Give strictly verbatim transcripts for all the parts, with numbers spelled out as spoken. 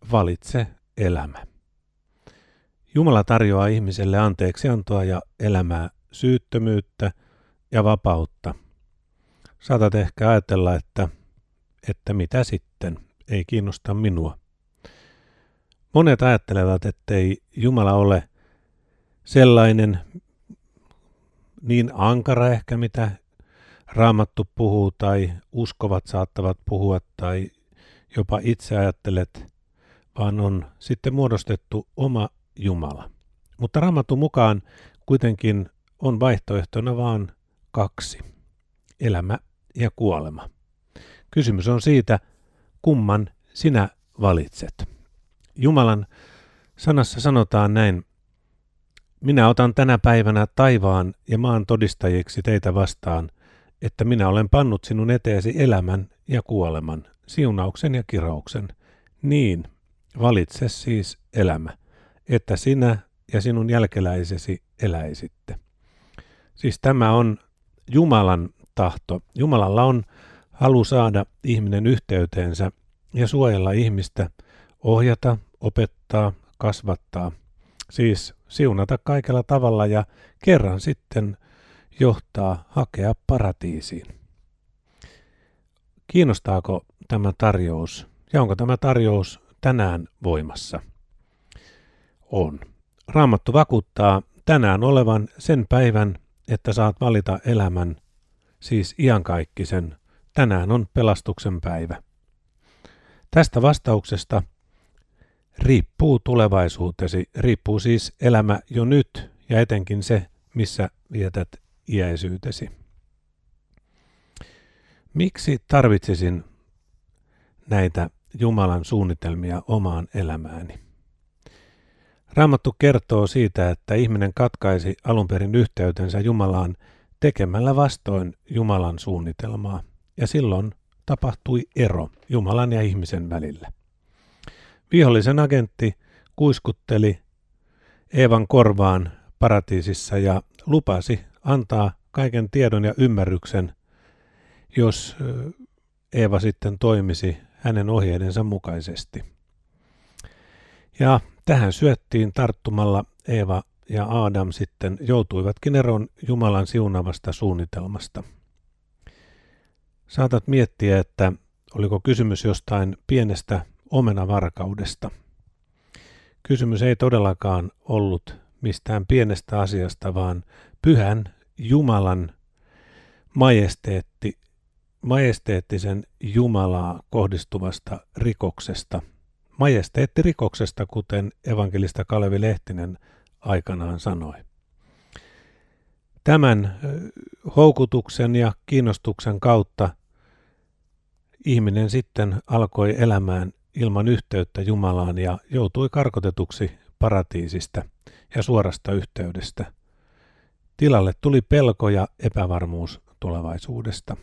valitse elämä. Jumala tarjoaa ihmiselle anteeksiantoa ja elämää, syyttömyyttä ja vapautta. Saatat ehkä ajatella, että, että mitä sitten, ei kiinnosta minua. Monet ajattelevat, ettei Jumala ole sellainen niin ankara ehkä, mitä Raamattu puhuu tai uskovat saattavat puhua tai jopa itse ajattelet, vaan on sitten muodostettu oma Jumala. Mutta Raamatun mukaan kuitenkin on vaihtoehtona vaan kaksi, elämä ja kuolema. Kysymys on siitä, kumman sinä valitset. Jumalan sanassa sanotaan näin: minä otan tänä päivänä taivaan ja maan todistajiksi teitä vastaan, että minä olen pannut sinun eteesi elämän ja kuoleman, siunauksen ja kirouksen. Niin, valitse siis elämä, että sinä ja sinun jälkeläisesi eläisitte. Siis tämä on Jumalan tahto. Jumalalla on halu saada ihminen yhteyteensä ja suojella ihmistä, ohjata, opettaa, kasvattaa. Siis siunata kaikella tavalla ja kerran sitten johtaa hakea paratiisiin. Kiinnostaako tämä tarjous ja onko tämä tarjous tänään voimassa? On. Raamattu vakuuttaa tänään olevan sen päivän, että saat valita elämän, siis iankaikkisen. Tänään on pelastuksen päivä. Tästä vastauksesta riippuu tulevaisuutesi, riippuu siis elämä jo nyt ja etenkin se, missä vietät iäisyytesi. Miksi tarvitsisin näitä Jumalan suunnitelmia omaan elämääni? Raamattu kertoo siitä, että ihminen katkaisi alunperin yhteytensä Jumalaan tekemällä vastoin Jumalan suunnitelmaa, ja silloin tapahtui ero Jumalan ja ihmisen välillä. Vihollisen agentti kuiskutteli Eevan korvaan paratiisissa ja lupasi antaa kaiken tiedon ja ymmärryksen, jos Eeva sitten toimisi hänen ohjeidensa mukaisesti. Ja tähän syöttiin tarttumalla Eeva ja Aadam sitten joutuivatkin eroon Jumalan siunaavasta suunnitelmasta. Saatat miettiä, että oliko kysymys jostain pienestä omenavarkaudesta. Kysymys ei todellakaan ollut mistään pienestä asiasta, vaan pyhän Jumalan majesteetti, majesteettisen Jumalaa kohdistuvasta rikoksesta. Majesteettirikoksesta, kuten evankelista Kalevi Lehtinen aikanaan sanoi. Tämän houkutuksen ja kiinnostuksen kautta ihminen sitten alkoi elämään ilman yhteyttä Jumalaan ja joutui karkotetuksi paratiisista ja suorasta yhteydestä. Tilalle tuli pelko ja epävarmuus tulevaisuudesta.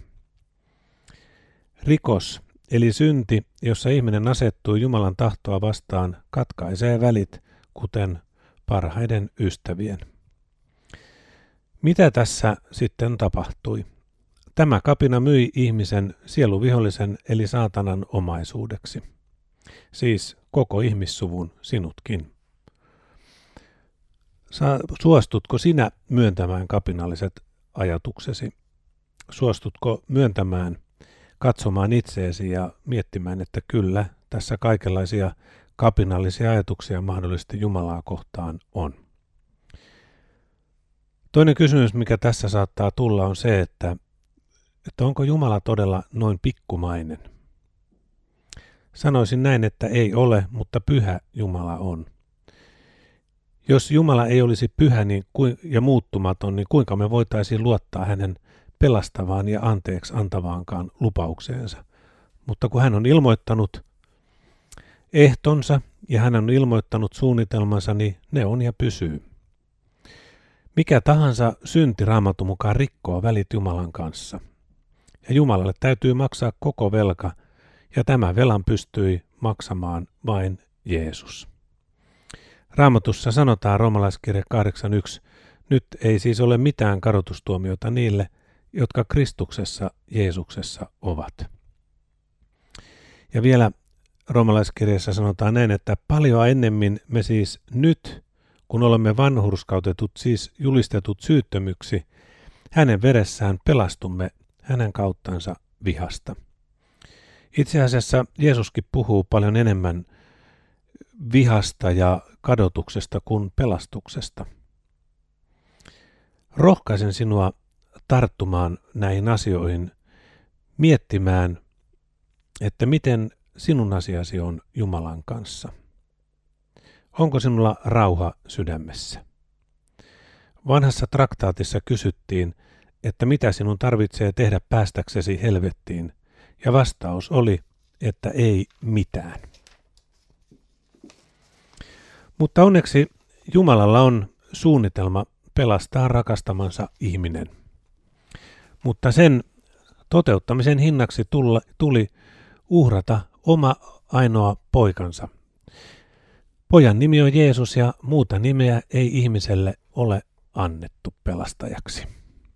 Rikos, eli synti, jossa ihminen asettuu Jumalan tahtoa vastaan, katkaisee välit, kuten parhaiden ystävien. Mitä tässä sitten tapahtui? Tämä kapina myi ihmisen sieluvihollisen eli saatanan omaisuudeksi. Siis koko ihmissuvun, sinutkin. Suostutko sinä myöntämään kapinalliset ajatuksesi? Suostutko myöntämään, katsomaan itseesi ja miettimään, että kyllä, tässä kaikenlaisia kapinallisia ajatuksia mahdollisesti Jumalaa kohtaan on. Toinen kysymys, mikä tässä saattaa tulla, on se, että, että onko Jumala todella noin pikkumainen? Sanoisin näin, että ei ole, mutta pyhä Jumala on. Jos Jumala ei olisi pyhä niin kuin, ja muuttumaton, niin kuinka me voitaisiin luottaa hänen pelastavaan ja anteeksi antavaankaan lupaukseensa? Mutta kun hän on ilmoittanut ehtonsa ja hän on ilmoittanut suunnitelmansa, niin ne on ja pysyy. Mikä tahansa synti Raamatun mukaan rikkoo välit Jumalan kanssa. Ja Jumalalle täytyy maksaa koko velka, ja tämä velan pystyi maksamaan vain Jeesus. Raamatussa sanotaan roomalaiskirja kahdeksan yksi, nyt ei siis ole mitään kadotustuomiota niille, jotka Kristuksessa Jeesuksessa ovat. Ja vielä roomalaiskirjassa sanotaan näin, että paljon ennemmin me siis nyt, kun olemme vanhurskautetut, siis julistetut syyttömyksi, hänen veressään pelastumme hänen kauttansa vihasta. Itse asiassa Jeesuskin puhuu paljon enemmän vihasta ja kadotuksesta kuin pelastuksesta. Rohkaisen sinua tarttumaan näihin asioihin, miettimään, että miten sinun asiasi on Jumalan kanssa. Onko sinulla rauha sydämessä? Vanhassa traktaatissa kysyttiin, että mitä sinun tarvitsee tehdä päästäksesi helvettiin, ja vastaus oli, että ei mitään. Mutta onneksi Jumalalla on suunnitelma pelastaa rakastamansa ihminen. Mutta sen toteuttamisen hinnaksi tulla, tuli uhrata oma ainoa poikansa. Pojan nimi on Jeesus ja muuta nimeä ei ihmiselle ole annettu pelastajaksi.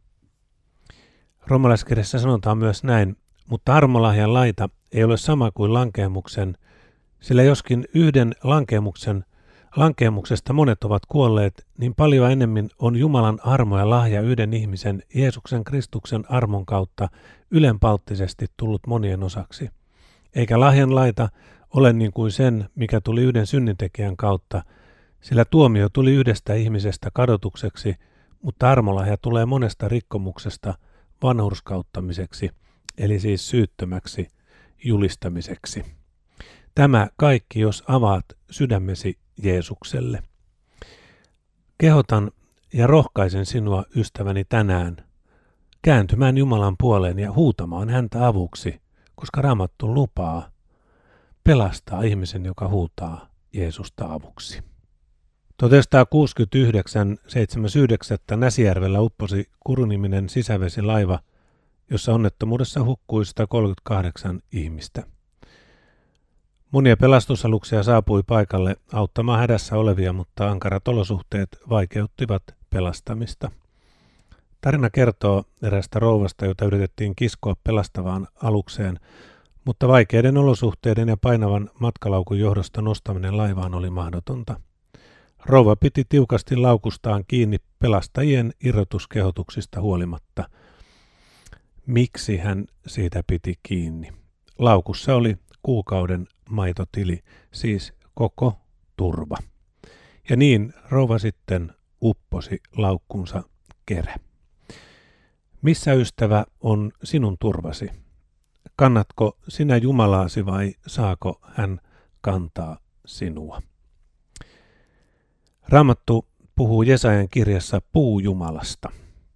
Roomalaiskirjassa sanotaan myös näin, mutta armolahjan laita ei ole sama kuin lankeemuksen, sillä joskin yhden lankeemuksen lankeemuksesta monet ovat kuolleet, niin paljon enemmän on Jumalan armo ja lahja yhden ihmisen, Jeesuksen Kristuksen armon kautta ylenpalttisesti tullut monien osaksi. Eikä lahjan laita ole niin kuin sen, mikä tuli yhden synnintekijän kautta, sillä tuomio tuli yhdestä ihmisestä kadotukseksi, mutta armolahja tulee monesta rikkomuksesta vanhurskauttamiseksi, eli siis syyttömäksi julistamiseksi. Tämä kaikki, jos avaat sydämesi Jeesukselle. Kehotan ja rohkaisen sinua, ystäväni, tänään kääntymään Jumalan puoleen ja huutamaan häntä avuksi, koska Raamattu lupaa pelastaa ihmisen, joka huutaa Jeesusta avuksi. tuhatyhdeksänsataakuusikymmentäyhdeksän seitsemäs yhdeksättä Näsijärvellä upposi Kuru-niminen sisävesilaiva, jossa onnettomuudessa hukkui sata kolmekymmentäkahdeksan ihmistä. Monia pelastusaluksia saapui paikalle auttamaan hädässä olevia, mutta ankarat olosuhteet vaikeuttivat pelastamista. Tarina kertoo eräästä rouvasta, jota yritettiin kiskoa pelastavaan alukseen, mutta vaikeiden olosuhteiden ja painavan matkalaukun johdosta nostaminen laivaan oli mahdotonta. Rouva piti tiukasti laukustaan kiinni pelastajien irrotuskehotuksista huolimatta. Miksi hän siitä piti kiinni? Laukussa oli kuukauden maitotili, siis koko turva. Ja niin rouva sitten upposi laukkunsa kerä. Missä, ystävä, on sinun turvasi? Kannatko sinä Jumalaasi vai saako hän kantaa sinua? Raamattu puhuu Jesajan kirjassa puujumalasta.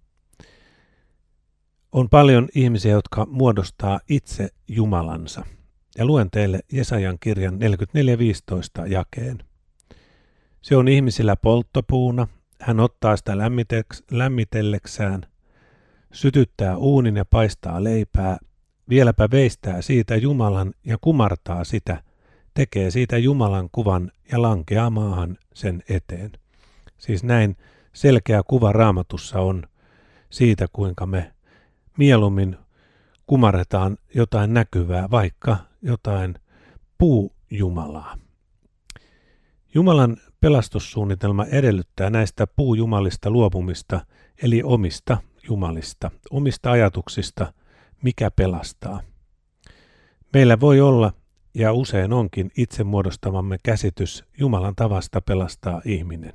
On paljon ihmisiä, jotka muodostaa itse Jumalansa. Ja luen teille Jesajan kirjan neljäkymmentäneljä viisitoista jakeen. Se on ihmisillä polttopuuna, hän ottaa sitä lämmitelleksään, sytyttää uunin ja paistaa leipää, vieläpä veistää siitä Jumalan ja kumartaa sitä, tekee siitä Jumalan kuvan ja lankeaa maahan sen eteen. Siis näin selkeä kuva Raamatussa on siitä, kuinka me mieluummin kumarretaan jotain näkyvää, vaikka jotain puujumalaa. Jumalan pelastussuunnitelma edellyttää näistä puujumalista luopumista, eli omista jumalista, omista ajatuksista, mikä pelastaa. Meillä voi olla, ja usein onkin, itse muodostamamme käsitys Jumalan tavasta pelastaa ihminen.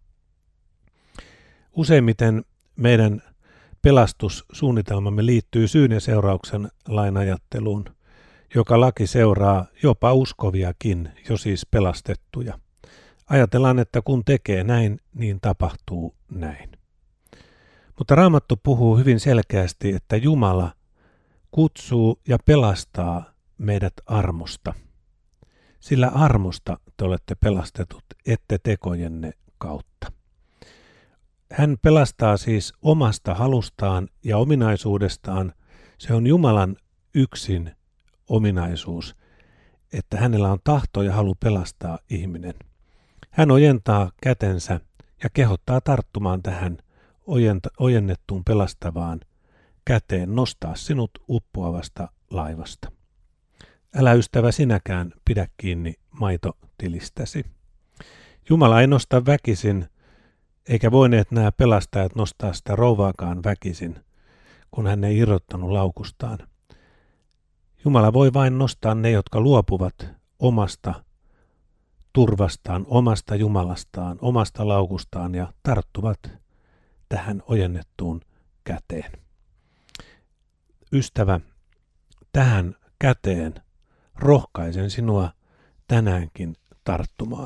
Useimmiten meidän pelastussuunnitelmamme liittyy syyn ja seurauksen lainajatteluun, joka laki seuraa jopa uskoviakin, jo siis pelastettuja. Ajatellaan, että kun tekee näin, niin tapahtuu näin. Mutta Raamattu puhuu hyvin selkeästi, että Jumala kutsuu ja pelastaa meidät armosta. Sillä armosta te olette pelastetut, ette tekojenne kautta. Hän pelastaa siis omasta halustaan ja ominaisuudestaan. Se on Jumalan yksin ominaisuus, että hänellä on tahto ja halu pelastaa ihminen. Hän ojentaa kätensä ja kehottaa tarttumaan tähän ojennettuun pelastavaan käteen, nostaa sinut uppoavasta laivasta. älä ystävä sinäkään pidä kiinni maitotilistäsi. Jumala ei nosta väkisin, eikä voineet nämä pelastajat nostaa sitä rouvaakaan väkisin, kun hän ei irrottanut laukustaan. Jumala voi vain nostaa ne, jotka luopuvat omasta turvastaan, omasta Jumalastaan, omasta laukustaan ja tarttuvat tähän ojennettuun käteen. Ystävä, tähän käteen rohkaisen sinua tänäänkin tarttumaan.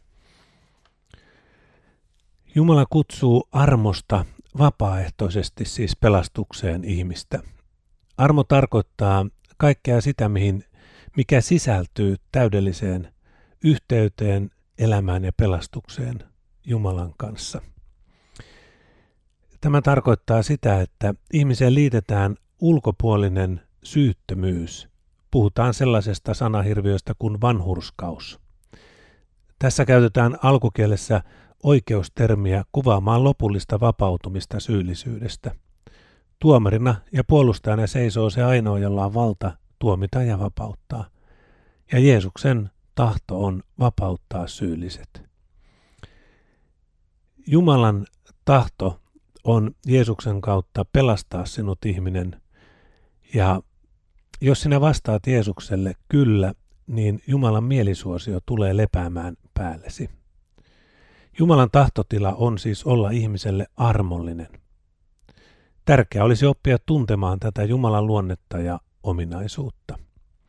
Jumala kutsuu armosta vapaaehtoisesti siis pelastukseen ihmistä. Armo tarkoittaa kaikkea sitä, mihin, mikä sisältyy täydelliseen yhteyteen, elämään ja pelastukseen Jumalan kanssa. Tämä tarkoittaa sitä, että ihmiseen liitetään ulkopuolinen syyttömyys. Puhutaan sellaisesta sanahirviöstä kuin vanhurskaus. Tässä käytetään alkukielessä oikeustermiä kuvaamaan lopullista vapautumista syyllisyydestä. Tuomarina ja puolustajana seisoo se ainoa, jolla on valta tuomita ja vapauttaa. Ja Jeesuksen tahto on vapauttaa syylliset. Jumalan tahto on Jeesuksen kautta pelastaa sinut ihminen. Ja jos sinä vastaat Jeesukselle kyllä, niin Jumalan mielisuosio tulee lepäämään päällesi. Jumalan tahtotila on siis olla ihmiselle armollinen. Tärkeää olisi oppia tuntemaan tätä Jumalan luonnetta ja ominaisuutta.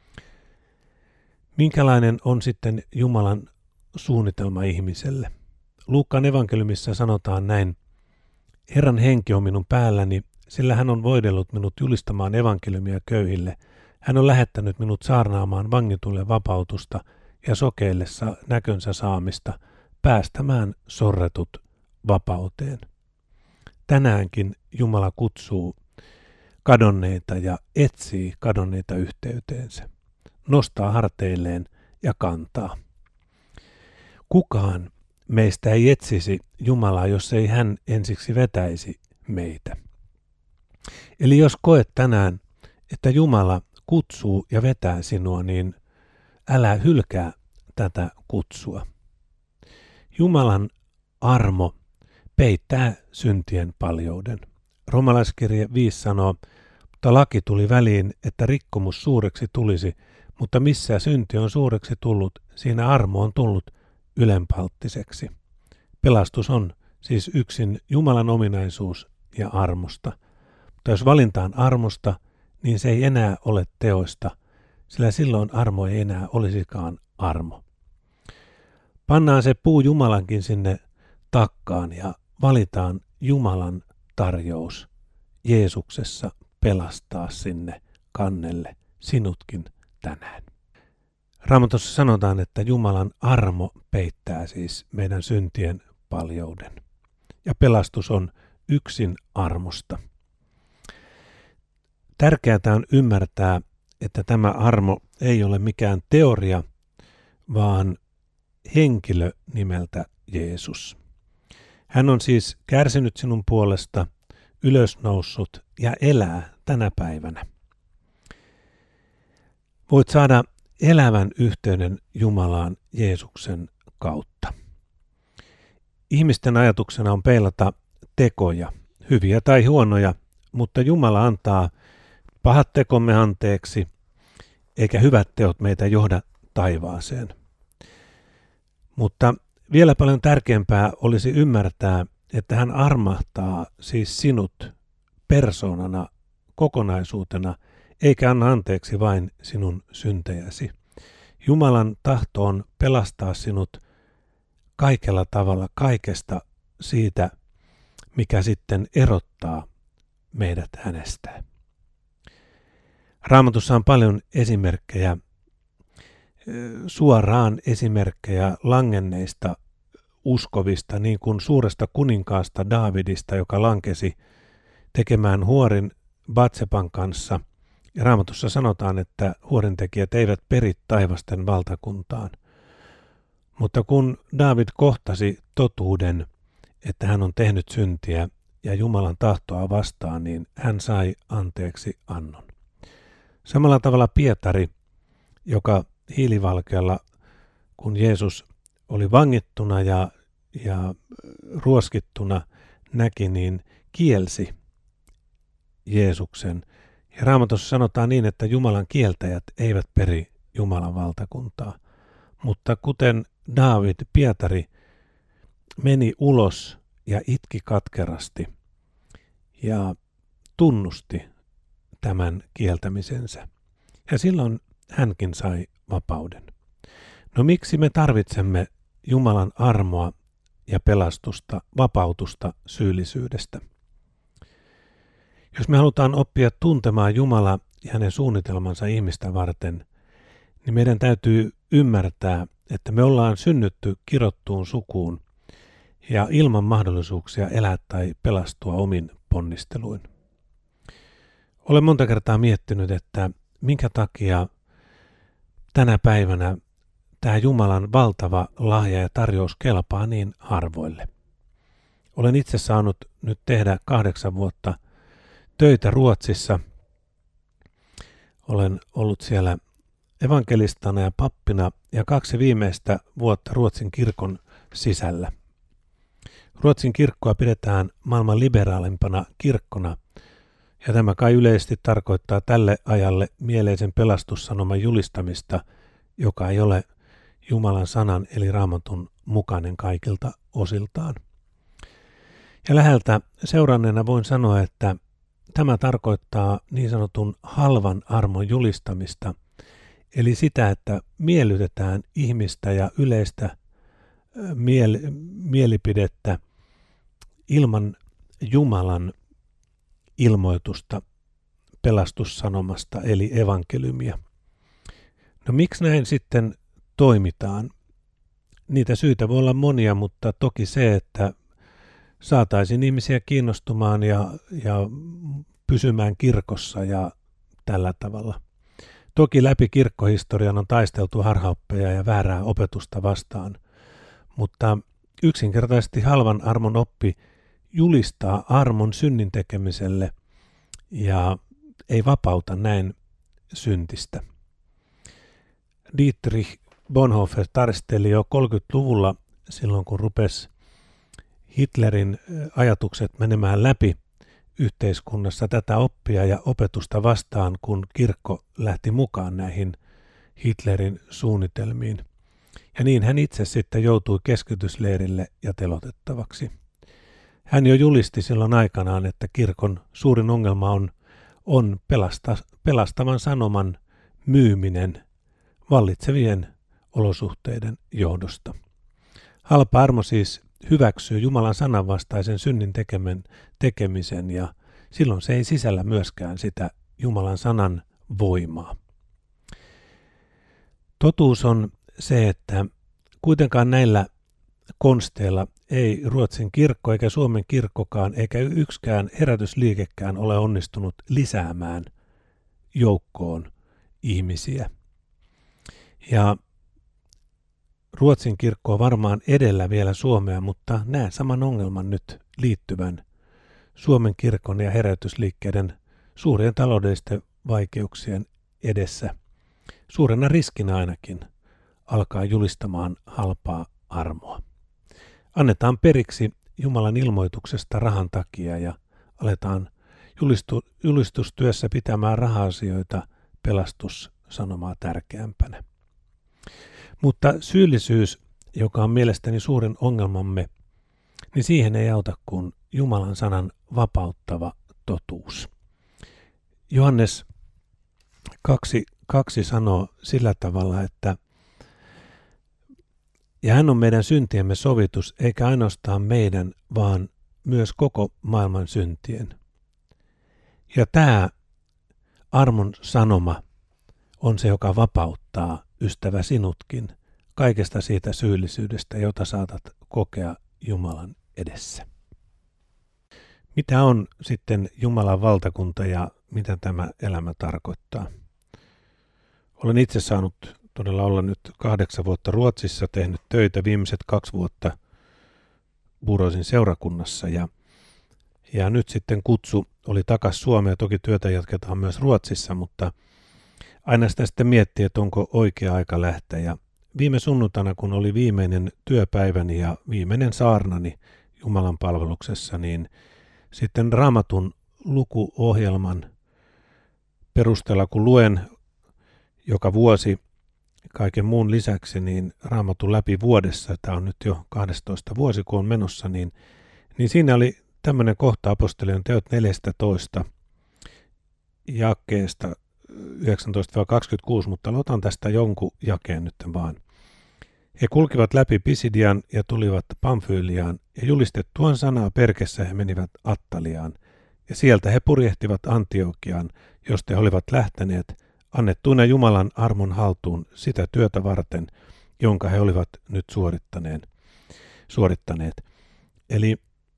Minkälainen on sitten Jumalan suunnitelma ihmiselle? Luukkaan evankeliumissa sanotaan näin: Herran henki on minun päälläni, sillä hän on voidellut minut julistamaan evankeliumia köyhille. Hän on lähettänyt minut saarnaamaan vangituille vapautusta ja sokeille näkönsä saamista, päästämään sorretut vapauteen. Tänäänkin Jumala kutsuu kadonneita ja etsii kadonneita yhteyteensä, nostaa harteilleen ja kantaa. Kukaan meistä ei etsisi Jumalaa, jos ei hän ensiksi vetäisi meitä. Eli jos koet tänään, että Jumala kutsuu ja vetää sinua, niin älä hylkää tätä kutsua. Jumalan armo peittää syntien paljouden. Roomalaiskirje viisi sanoo, mutta laki tuli väliin, että rikkomus suureksi tulisi, mutta missä synti on suureksi tullut, siinä armo on tullut ylenpalttiseksi. Pelastus on siis yksin Jumalan ominaisuus ja armosta. Mutta jos valinta on armosta, niin se ei enää ole teoista, sillä silloin armo ei enää olisikaan armo. Pannaan se puu Jumalankin sinne takkaan ja valitaan Jumalan tarjous Jeesuksessa pelastaa sinne kannelle sinutkin tänään. Raamatussa sanotaan, että Jumalan armo peittää siis meidän syntien paljouden. Ja pelastus on yksin armosta. Tärkeää on ymmärtää, että tämä armo ei ole mikään teoria, vaan henkilö nimeltä Jeesus. Hän on siis kärsinyt sinun puolesta, ylösnoussut ja elää tänä päivänä. Voit saada elävän yhteyden Jumalaan Jeesuksen kautta. Ihmisten ajatuksena on peilata tekoja, hyviä tai huonoja, mutta Jumala antaa pahat tekomme anteeksi, eikä hyvät teot meitä johda taivaaseen. Mutta vielä paljon tärkeämpää olisi ymmärtää, että hän armahtaa siis sinut persoonana, kokonaisuutena, eikä anna anteeksi vain sinun syntejäsi. Jumalan tahto on pelastaa sinut kaikella tavalla kaikesta siitä, mikä sitten erottaa meidät hänestä. Raamatussa on paljon esimerkkejä, suoraan esimerkkejä langenneista uskovista, niin kuin suuresta kuninkaasta Daavidista, joka lankesi tekemään huorin Batseban kanssa. Ja Raamatussa sanotaan, että huorintekijät eivät peri taivasten valtakuntaan. Mutta kun Daavid kohtasi totuuden, että hän on tehnyt syntiä ja Jumalan tahtoa vastaan, niin hän sai anteeksi annon. Samalla tavalla Pietari, joka hiilivalkealla, kun Jeesus oli vangittuna ja, ja ruoskittuna, näki, niin kielsi Jeesuksen. Ja Raamatussa sanotaan niin, että Jumalan kieltäjät eivät peri Jumalan valtakuntaa. Mutta kuten Daavid, Pietari meni ulos ja itki katkerasti ja tunnusti tämän kieltämisensä. Ja silloin hänkin sai vapauden. No miksi me tarvitsemme Jumalan armoa ja pelastusta, vapautusta syyllisyydestä? Jos me halutaan oppia tuntemaan Jumala ja hänen suunnitelmansa ihmistä varten, niin meidän täytyy ymmärtää, että me ollaan synnytty kirottuun sukuun ja ilman mahdollisuuksia elää tai pelastua omin ponnisteluin. Olen monta kertaa miettinyt, että minkä takia tänä päivänä tämä Jumalan valtava lahja ja tarjous kelpaa niin harvoille. Olen itse saanut nyt tehdä kahdeksan vuotta töitä Ruotsissa. Olen ollut siellä evankelistana ja pappina ja kaksi viimeistä vuotta Ruotsin kirkon sisällä. Ruotsin kirkkoa pidetään maailman liberaalimpana kirkkona, ja tämä kai yleisesti tarkoittaa tälle ajalle mieleisen pelastussanoman julistamista, joka ei ole Jumalan sanan eli Raamatun mukainen kaikilta osiltaan. Ja läheltä seuranneena voin sanoa, että tämä tarkoittaa niin sanotun halvan armon julistamista, eli sitä, että miellytetään ihmistä ja yleistä miel- mielipidettä ilman Jumalan ilmoitusta pelastussanomasta, eli evankeliumia. No miksi näin sitten toimitaan? Niitä syitä voi olla monia, mutta toki se, että saataisiin ihmisiä kiinnostumaan ja, ja pysymään kirkossa ja tällä tavalla. Toki läpi kirkkohistorian on taisteltu harhaoppeja ja väärää opetusta vastaan, mutta yksinkertaisesti halvan armon oppi julistaa armon synnin tekemiselle ja ei vapauta näin syntistä. Dietrich Bonhoeffer taristeli jo kolmekymmentäluvulla silloin, kun rupesi Hitlerin ajatukset menemään läpi yhteiskunnassa tätä oppia ja opetusta vastaan, kun kirkko lähti mukaan näihin Hitlerin suunnitelmiin. Ja niin hän itse sitten joutui keskitysleirille ja telotettavaksi. Hän jo julisti silloin aikanaan, että kirkon suurin ongelma on, on pelasta, pelastavan sanoman myyminen vallitsevien olosuhteiden johdosta. Halpa armo siis hyväksyy Jumalan sananvastaisen synnin tekemän, tekemisen ja silloin se ei sisällä myöskään sitä Jumalan sanan voimaa. Totuus on se, että kuitenkaan näillä konsteilla ei Ruotsin kirkko eikä Suomen kirkkokaan eikä yksikään herätysliikekään ole onnistunut lisäämään joukkoon ihmisiä. Ja Ruotsin kirkko on varmaan edellä vielä Suomea, mutta näen saman ongelman nyt liittyvän Suomen kirkon ja herätysliikkeiden suurien taloudellisten vaikeuksien edessä. Suurena riskinä ainakin alkaa julistamaan halpaa armoa. Annetaan periksi Jumalan ilmoituksesta rahan takia ja aletaan julistu, julistustyössä pitämään raha-asioita pelastussanomaa tärkeämpänä. Mutta syyllisyys, joka on mielestäni suurin ongelmamme, niin siihen ei auta kuin Jumalan sanan vapauttava totuus. Johannes kaksi, kaksi sanoo sillä tavalla, että ja hän on meidän syntiemme sovitus, eikä ainoastaan meidän, vaan myös koko maailman syntien. Ja tämä armon sanoma on se, joka vapauttaa, ystävä, sinutkin kaikesta siitä syyllisyydestä, jota saatat kokea Jumalan edessä. Mitä on sitten Jumalan valtakunta ja mitä tämä elämä tarkoittaa? Olen itse saanut todella olla nyt kahdeksan vuotta Ruotsissa, tehnyt töitä viimeiset kaksi vuotta Burosin seurakunnassa ja, ja nyt sitten kutsu oli takaisin Suomeen. Toki työtä jatketaan myös Ruotsissa, mutta aina sitä sitten miettii, että onko oikea aika lähteä. Ja viime sunnuntaina, kun oli viimeinen työpäiväni ja viimeinen saarnani Jumalan palveluksessa, niin sitten Raamatun lukuohjelman perusteella, kun luen joka vuosi kaiken muun lisäksi, niin Raamatun läpi vuodessa, tämä on nyt jo kahdestoista vuosi, kun on menossa, niin, niin siinä oli tämmöinen kohta apostolien teot neljätoista jakeesta yhdeksäntoista kaksikymmentäkuusi, mutta otan tästä jonkun jakeen nyt vaan. He kulkivat läpi Pisidian ja tulivat Pamfyliaan, ja julistettuaan sanaa Perkessä he menivät Attaliaan, ja sieltä he purjehtivat Antiokiaan, josta he olivat lähteneet, annettuina Jumalan armon haltuun sitä työtä varten, jonka he olivat nyt suorittaneet. Eli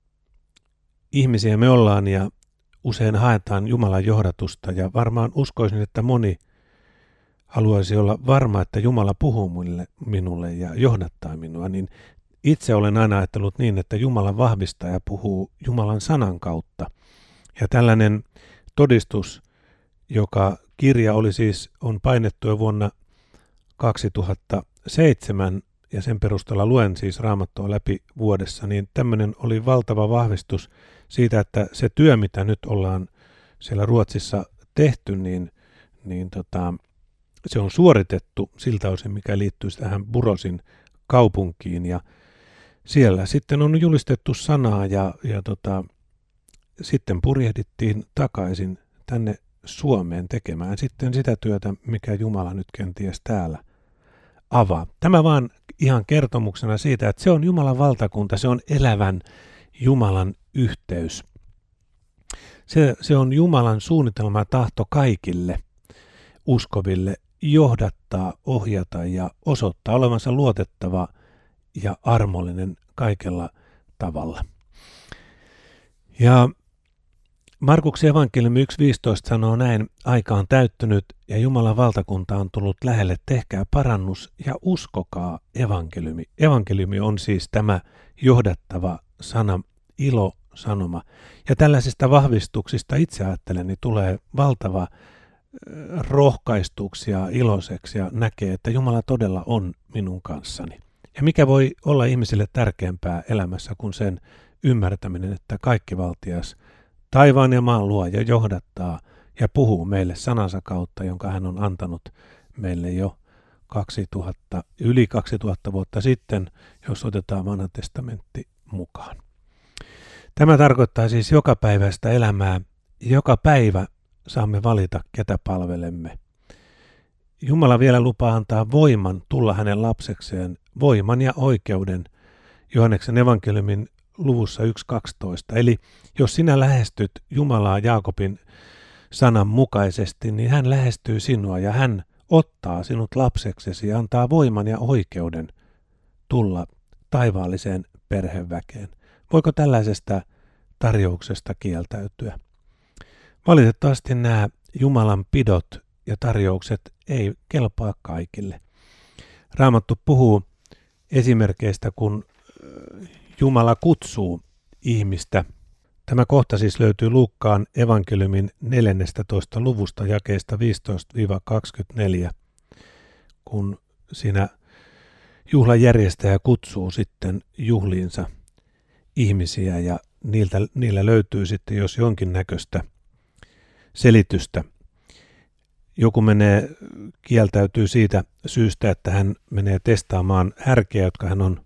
ihmisiä me ollaan ja usein haetaan Jumalan johdatusta, ja varmaan uskoisin, että moni haluaisi olla varma, että Jumala puhuu mulle, minulle ja johdattaa minua, niin itse olen aina ajatellut niin, että Jumalan vahvistaja puhuu Jumalan sanan kautta. Ja tällainen todistus, joka kirja oli siis, on painettu jo vuonna kaksituhattaseitsemän, ja sen perusteella luen siis Raamattua läpi vuodessa, niin tämmöinen oli valtava vahvistus siitä, että se työ, mitä nyt ollaan siellä Ruotsissa tehty, niin, niin tota, se on suoritettu siltä osin, mikä liittyy tähän Burosin kaupunkiin, ja siellä sitten on julistettu sanaa, ja, ja tota, sitten purjehdittiin takaisin tänne Suomeen tekemään sitten sitä työtä, mikä Jumala nyt kenties täällä avaa. Tämä vaan ihan kertomuksena siitä, että se on Jumalan valtakunta, se on elävän Jumalan yhteys. Se, se on Jumalan suunnitelma ja tahto kaikille uskoville johdattaa, ohjata ja osoittaa olevansa luotettava ja armollinen kaikella tavalla. Ja Markuksen evankeliumi yksi viisitoista sanoo näin, aika on täyttynyt ja Jumalan valtakunta on tullut lähelle, tehkää parannus ja uskokaa evankeliumi. Evankeliumi on siis tämä johdattava sana, ilosanoma. Ja tällaisista vahvistuksista itse ajattelen, niin tulee valtava rohkaistuksia iloiseksi ja näkee, että Jumala todella on minun kanssani. Ja mikä voi olla ihmisille tärkeämpää elämässä kuin sen ymmärtäminen, että kaikki valtias taivaan ja maan luoja johdattaa ja puhuu meille sanansa kautta, jonka hän on antanut meille jo kaksituhatta, yli kaksituhatta vuotta sitten, jos otetaan vanha testamentti mukaan. Tämä tarkoittaa siis jokapäiväistä elämää. Joka päivä saamme valita, ketä palvelemme. Jumala vielä lupaa antaa voiman tulla hänen lapsekseen, voiman ja oikeuden, Johanneksen evankeliumin luvussa yksi kaksitoista. Eli jos sinä lähestyt Jumalaa Jaakobin sanan mukaisesti, niin hän lähestyy sinua ja hän ottaa sinut lapseksesi ja antaa voiman ja oikeuden tulla taivaalliseen perheväkeen. Voiko tällaisesta tarjouksesta kieltäytyä? Valitettavasti nämä Jumalan pidot ja tarjoukset ei kelpaa kaikille. Raamattu puhuu esimerkkeistä, kun Jumala kutsuu ihmistä. Tämä kohta siis löytyy Luukkaan evankeliumin neljästoista luvusta jakeesta viisitoista kaksikymmentäneljä, kun siinä juhlan järjestäjä kutsuu sitten juhliinsa ihmisiä ja niiltä, niillä löytyy sitten jos jonkinnäköistä selitystä. Joku menee, kieltäytyy siitä syystä, että hän menee testaamaan härkiä, jotka hän on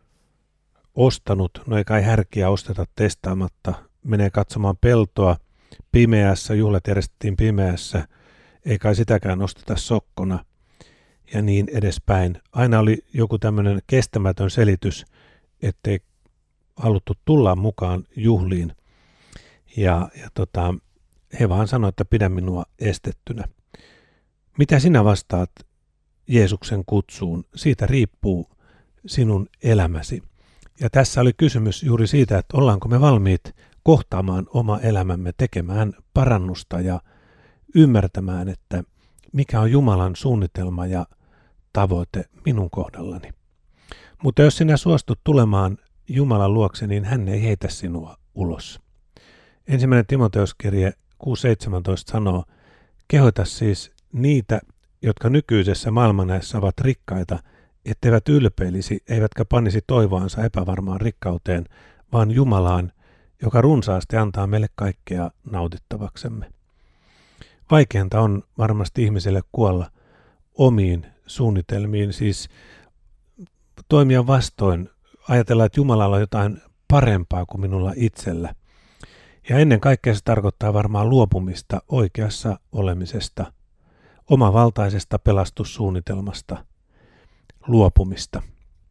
ostanut. No ei kai härkiä osteta testaamatta. Menee katsomaan peltoa pimeässä, juhlat järjestettiin pimeässä, ei kai sitäkään osteta sokkona ja niin edespäin. Aina oli joku tämmöinen kestämätön selitys, ettei haluttu tulla mukaan juhliin. Ja, ja tota, he vaan sanoivat, että pidä minua estettynä. Mitä sinä vastaat Jeesuksen kutsuun? Siitä riippuu sinun elämäsi. Ja tässä oli kysymys juuri siitä, että ollaanko me valmiit kohtaamaan oma elämämme, tekemään parannusta ja ymmärtämään, että mikä on Jumalan suunnitelma ja tavoite minun kohdallani. Mutta jos sinä suostut tulemaan Jumalan luokse, niin hän ei heitä sinua ulos. Ensimmäinen Timoteuskirje kuusi seitsemäntoista sanoo, kehota siis niitä, jotka nykyisessä maailmanajassa ovat rikkaita, etteivät ylpeilisi, eivätkä panisi toivoansa epävarmaan rikkauteen, vaan Jumalaan, joka runsaasti antaa meille kaikkea nautittavaksemme. Vaikeinta on varmasti ihmiselle kuolla omiin suunnitelmiin, siis toimia vastoin, ajatella, että Jumalalla on jotain parempaa kuin minulla itsellä. Ja ennen kaikkea se tarkoittaa varmaan luopumista oikeassa olemisesta, omavaltaisesta pelastussuunnitelmasta, luopumista.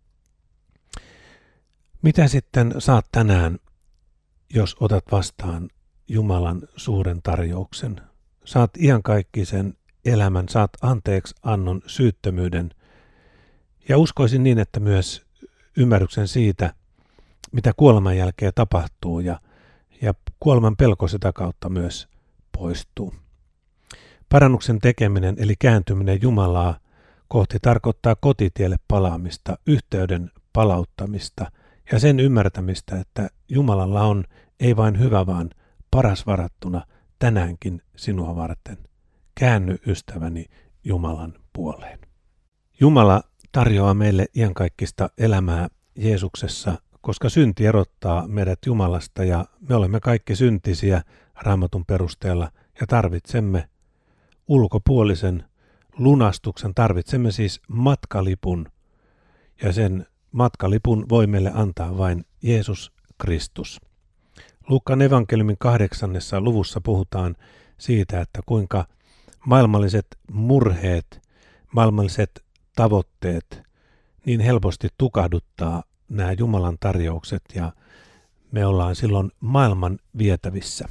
Mitä sitten saat tänään, jos otat vastaan Jumalan suuren tarjouksen? Saat iankaikkisen elämän, saat anteeksi annon syyttömyyden ja uskoisin niin, että myös ymmärryksen siitä, mitä kuoleman jälkeen tapahtuu ja, ja kuoleman pelko sitä kautta myös poistuu. Parannuksen tekeminen eli kääntyminen Jumalaa kohti tarkoittaa kotitielle palaamista, yhteyden palauttamista ja sen ymmärtämistä, että Jumalalla on ei vain hyvä, vaan paras varattuna tänäänkin sinua varten. Käänny ystäväni Jumalan puoleen. Jumala tarjoaa meille iankaikkista elämää Jeesuksessa, koska synti erottaa meidät Jumalasta ja me olemme kaikki syntisiä Raamatun perusteella ja tarvitsemme ulkopuolisen lunastuksen, tarvitsemme siis matkalipun ja sen matkalipun voi meille antaa vain Jeesus Kristus. Luukkaan evankeliumin kahdeksannessa luvussa puhutaan siitä, että kuinka maailmalliset murheet, maailmalliset tavoitteet niin helposti tukahduttaa nämä Jumalan tarjoukset ja me ollaan silloin maailman vietävissä.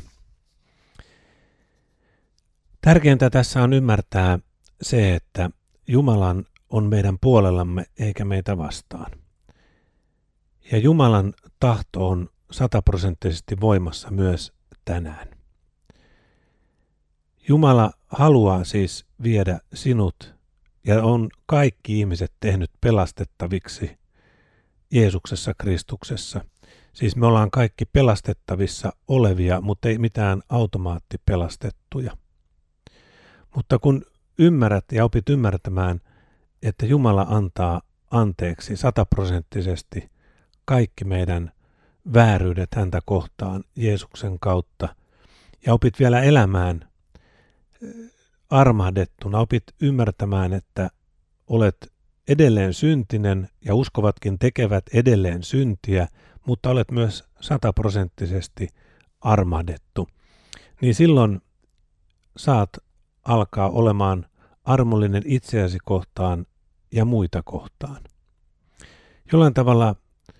Tärkeintä tässä on ymmärtää se, että Jumalan on meidän puolellamme eikä meitä vastaan. Ja Jumalan tahto on sataprosenttisesti voimassa myös tänään. Jumala haluaa siis viedä sinut ja on kaikki ihmiset tehnyt pelastettaviksi Jeesuksessa Kristuksessa. Siis me ollaan kaikki pelastettavissa olevia, mutta ei mitään automaattipelastettuja. Mutta kun ymmärrät ja opit ymmärtämään, että Jumala antaa anteeksi sataprosenttisesti kaikki meidän vääryydet häntä kohtaan Jeesuksen kautta ja opit vielä elämään armahdettuna, opit ymmärtämään, että olet edelleen syntinen ja uskovatkin tekevät edelleen syntiä, mutta olet myös sataprosenttisesti armahdettu, niin silloin saat alkaa olemaan armollinen itseäsi kohtaan ja muita kohtaan. Jollain tavalla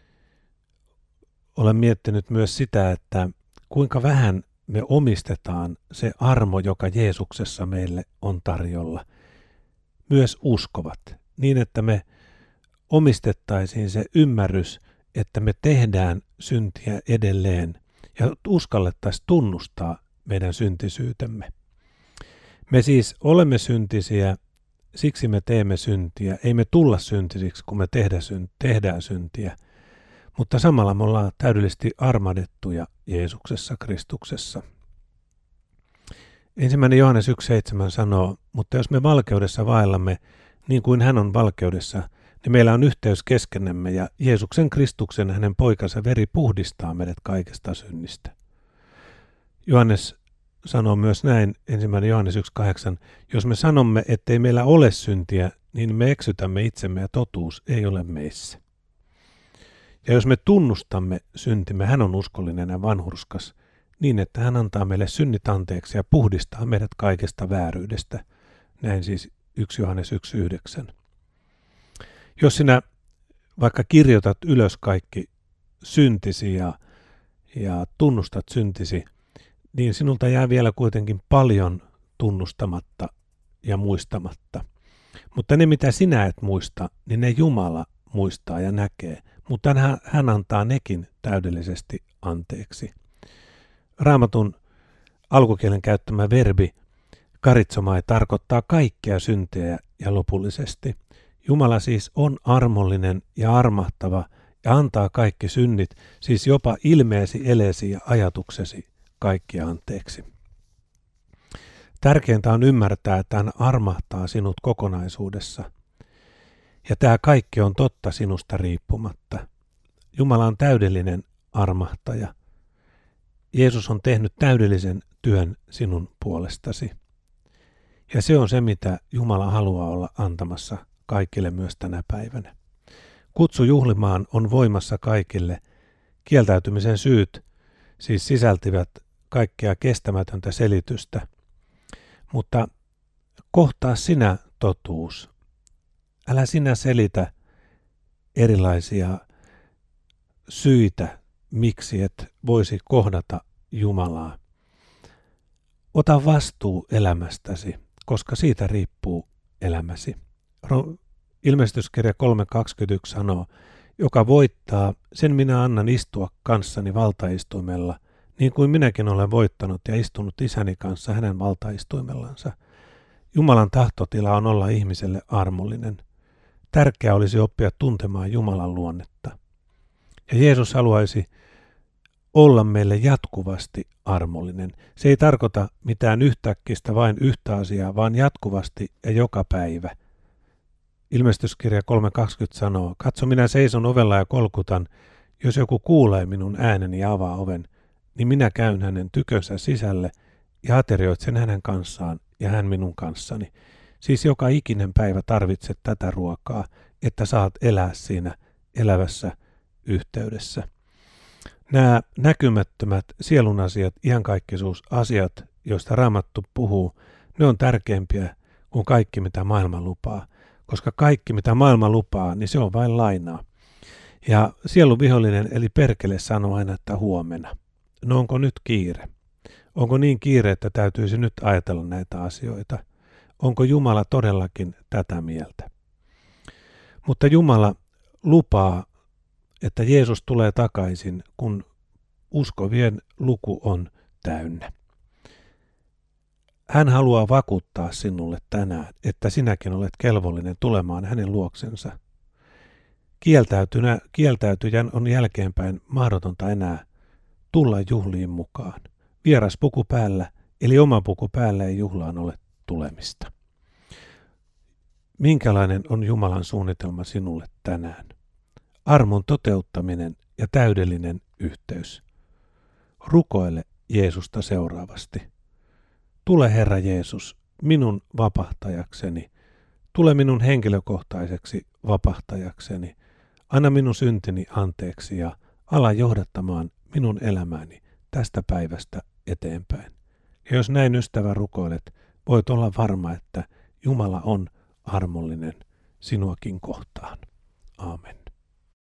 olen miettinyt myös sitä, että kuinka vähän me omistetaan se armo, joka Jeesuksessa meille on tarjolla. Myös uskovat, niin että me omistettaisiin se ymmärrys, että me tehdään syntiä edelleen ja uskallettaisiin tunnustaa meidän syntisyytemme. Me siis olemme syntisiä, siksi me teemme syntiä. Ei me tulla syntisiksi, kun me tehdä syn- tehdään syntiä, mutta samalla me ollaan täydellisesti armahdettuja Jeesuksessa Kristuksessa. Ensimmäinen Johannes yksi seitsemän sanoo, mutta jos me valkeudessa vaellamme niin kuin hän on valkeudessa, niin meillä on yhteys keskenämme ja Jeesuksen Kristuksen hänen poikansa veri puhdistaa meidät kaikesta synnistä. Johannes sanoo myös näin, ensimmäinen Johannes yksi kahdeksan, jos me sanomme, ettei meillä ole syntiä, niin me eksytämme itsemme ja totuus ei ole meissä. Ja jos me tunnustamme syntimme, hän on uskollinen ja vanhurskas, niin että hän antaa meille synnit anteeksi ja puhdistaa meidät kaikesta vääryydestä. Näin siis yksi Johannes yksi yhdeksän. Jos sinä vaikka kirjoitat ylös kaikki syntisi ja, ja tunnustat syntisi, niin sinulta jää vielä kuitenkin paljon tunnustamatta ja muistamatta. Mutta ne, mitä sinä et muista, niin ne Jumala muistaa ja näkee, mutta hän, hän antaa nekin täydellisesti anteeksi. Raamatun alkukielen käyttämä verbi karitsomai tarkoittaa kaikkea syntejä ja lopullisesti. Jumala siis on armollinen ja armahtava ja antaa kaikki synnit, siis jopa ilmeesi, eleesi ja ajatuksesi kaikki anteeksi. Tärkeintä on ymmärtää, että hän armahtaa sinut kokonaisuudessa. Ja tämä kaikki on totta sinusta riippumatta. Jumala on täydellinen armahtaja. Jeesus on tehnyt täydellisen työn sinun puolestasi. Ja se on se, mitä Jumala haluaa olla antamassa kaikille myös tänä päivänä. Kutsu juhlimaan on voimassa kaikille. Kieltäytymisen syyt siis sisältivät kaikkea kestämätöntä selitystä. Mutta kohtaa sinä totuus. Älä sinä selitä erilaisia syitä, miksi et voisi kohdata Jumalaa. Ota vastuu elämästäsi, koska siitä riippuu elämäsi. Ilmestyskirja kolme kaksikymmentäyksi sanoo, joka voittaa, sen minä annan istua kanssani valtaistuimella, niin kuin minäkin olen voittanut ja istunut isäni kanssa hänen valtaistuimellansa. Jumalan tahtotila on olla ihmiselle armollinen. Tärkeää olisi oppia tuntemaan Jumalan luonnetta. Ja Jeesus haluaisi olla meille jatkuvasti armollinen. Se ei tarkoita mitään yhtäkkistä vain yhtä asiaa, vaan jatkuvasti ja joka päivä. Ilmestyskirja kolme kaksikymmentä sanoo, katso minä seison ovella ja kolkutan, jos joku kuulee minun ääneni ja avaa oven, niin minä käyn hänen tykönsä sisälle ja aterioitsen hänen kanssaan ja hän minun kanssani. Siis joka ikinen päivä tarvitset tätä ruokaa, että saat elää siinä elävässä yhteydessä. Nämä näkymättömät sielun asiat, iankaikkisuusasiat, joista Raamattu puhuu, ne on tärkeimpiä kuin kaikki, mitä maailma lupaa. Koska kaikki, mitä maailma lupaa, niin se on vain lainaa. Ja sielun vihollinen, eli perkele, sanoo aina, että huomenna. No onko nyt kiire? Onko niin kiire, että täytyisi nyt ajatella näitä asioita? Onko Jumala todellakin tätä mieltä? Mutta Jumala lupaa, että Jeesus tulee takaisin, kun uskovien luku on täynnä. Hän haluaa vakuuttaa sinulle tänään, että sinäkin olet kelvollinen tulemaan hänen luoksensa. Kieltäytyjän on jälkeenpäin mahdotonta enää tulla juhliin mukaan. Vieras puku päällä, eli oma puku päällä ei juhlaan ole tulemista. Minkälainen on Jumalan suunnitelma sinulle tänään? Armon toteuttaminen ja täydellinen yhteys. Rukoile Jeesusta seuraavasti. Tule Herra Jeesus, minun vapahtajakseni. Tule minun henkilökohtaiseksi vapahtajakseni. Anna minun syntini anteeksi ja ala johdattamaan minun elämääni tästä päivästä eteenpäin. Ja jos näin ystävä rukoilet, voit olla varma, että Jumala on armollinen sinuakin kohtaan. Aamen.